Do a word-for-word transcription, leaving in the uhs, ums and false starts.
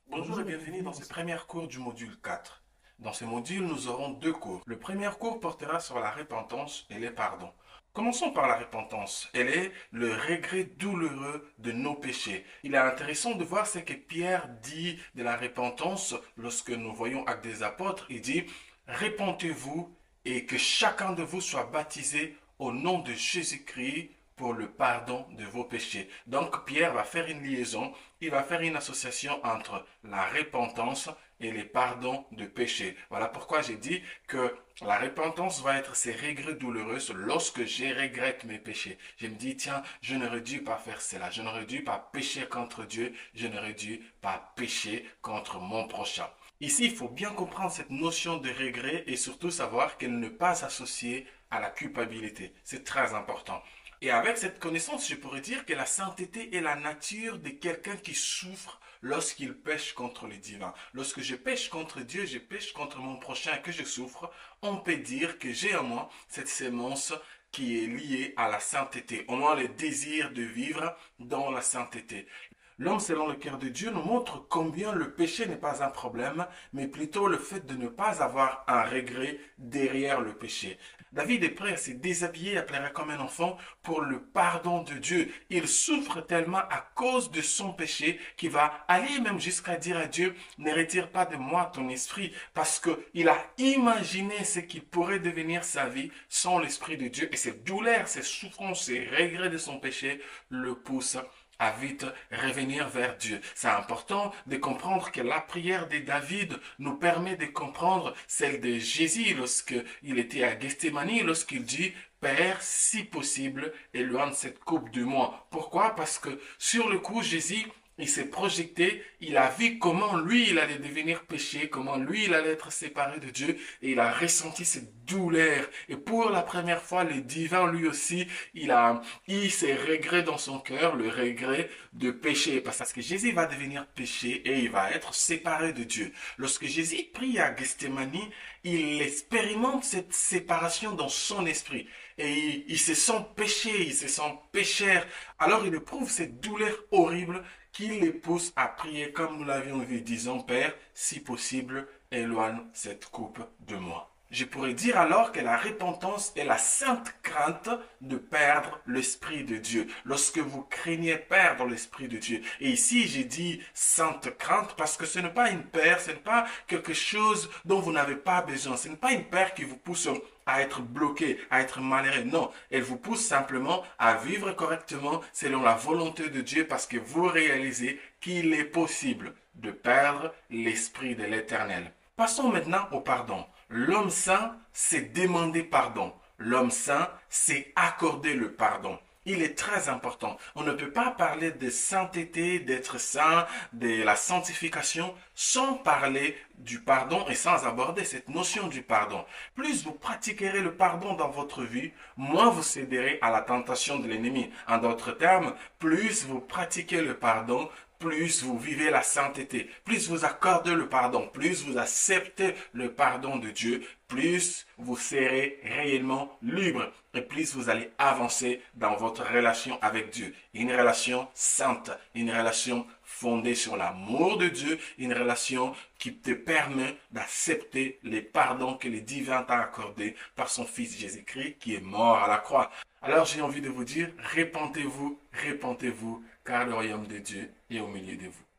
Bonjour et bienvenue dans ce premier cours du module quatre. Dans ce module, nous aurons deux cours. Le premier cours portera sur la repentance et les pardons. Commençons par la repentance. Elle est le regret douloureux de nos péchés. Il est intéressant de voir ce que Pierre dit de la repentance lorsque nous voyons Actes des Apôtres. Il dit, répentez-vous et que chacun de vous soit baptisé au nom de Jésus-Christ pour le pardon de vos péchés. Donc Pierre va faire une liaison, il va faire une association entre la repentance et les pardons de péché. Voilà pourquoi j'ai dit que la repentance va être ces regrets douloureux lorsque je regrette mes péchés. Je me dis, tiens, je n'aurais dû pas faire cela, je n'aurais dû pas pécher contre Dieu, je n'aurais dû pas pécher contre mon prochain. Ici, il faut bien comprendre cette notion de regret et surtout savoir qu'elle n'est pas associée à la culpabilité. C'est très important. Et avec cette connaissance, je pourrais dire que la sainteté est la nature de quelqu'un qui souffre lorsqu'il pêche contre le divin. Lorsque je pêche contre Dieu, je pêche contre mon prochain, que je souffre, on peut dire que j'ai en moi cette sémence qui est liée à la sainteté, au moins le désir de vivre dans la sainteté. L'homme selon le cœur de Dieu nous montre combien le péché n'est pas un problème, mais plutôt le fait de ne pas avoir un regret derrière le péché. David est prêt à se déshabiller, à pleurer comme un enfant pour le pardon de Dieu. Il souffre tellement à cause de son péché qu'il va aller même jusqu'à dire à Dieu, ne retire pas de moi ton esprit, parce qu'il a imaginé ce qui pourrait devenir sa vie sans l'esprit de Dieu. Et cette douleur, ces souffrances, ces regrets de son péché le poussent à vite revenir vers Dieu. C'est important de comprendre que la prière de David nous permet de comprendre celle de Jésus lorsqu'il était à Gethsémani, lorsqu'il dit Père, si possible, éloigne cette coupe de moi. Pourquoi? Parce que sur le coup, Jésus il s'est projeté, il a vu comment lui, il allait devenir péché, comment lui, il allait être séparé de Dieu, et il a ressenti cette douleur. Et pour la première fois, le divin, lui aussi, il a eu ses regrets dans son cœur, le regret de péché, parce que Jésus va devenir péché et il va être séparé de Dieu. Lorsque Jésus prie à Gethsémani, il expérimente cette séparation dans son esprit. Et il, il se sent péché, il se sent pécheur. Alors il éprouve cette douleur horrible qui les pousse à prier comme nous l'avions vu, disant Père, si possible, éloigne cette coupe de moi. Je pourrais dire alors que la repentance est la sainte crainte de perdre l'Esprit de Dieu. Lorsque vous craignez perdre l'Esprit de Dieu. Et ici, j'ai dit sainte crainte parce que ce n'est pas une peur, ce n'est pas quelque chose dont vous n'avez pas besoin. Ce n'est pas une peur qui vous pousse à être bloqué, à être malheureux. Non, elle vous pousse simplement à vivre correctement selon la volonté de Dieu parce que vous réalisez qu'il est possible de perdre l'Esprit de l'Éternel. Passons maintenant au pardon. L'homme saint, c'est demander pardon. L'homme saint, c'est accorder le pardon. Il est très important. On ne peut pas parler de sainteté, d'être saint, de la sanctification, sans parler du pardon et sans aborder cette notion du pardon. Plus vous pratiquerez le pardon dans votre vie, moins vous céderez à la tentation de l'ennemi. En d'autres termes, plus vous pratiquez le pardon, plus vous vivez la sainteté, plus vous accordez le pardon, plus vous acceptez le pardon de Dieu, plus vous serez réellement libre et plus vous allez avancer dans votre relation avec Dieu. Une relation sainte, une relation fondée sur l'amour de Dieu, une relation qui te permet d'accepter les pardons que le divin t'a accordés par son Fils Jésus-Christ qui est mort à la croix. Alors j'ai envie de vous dire, répentez-vous, répentez-vous, car le royaume de Dieu est au milieu de vous.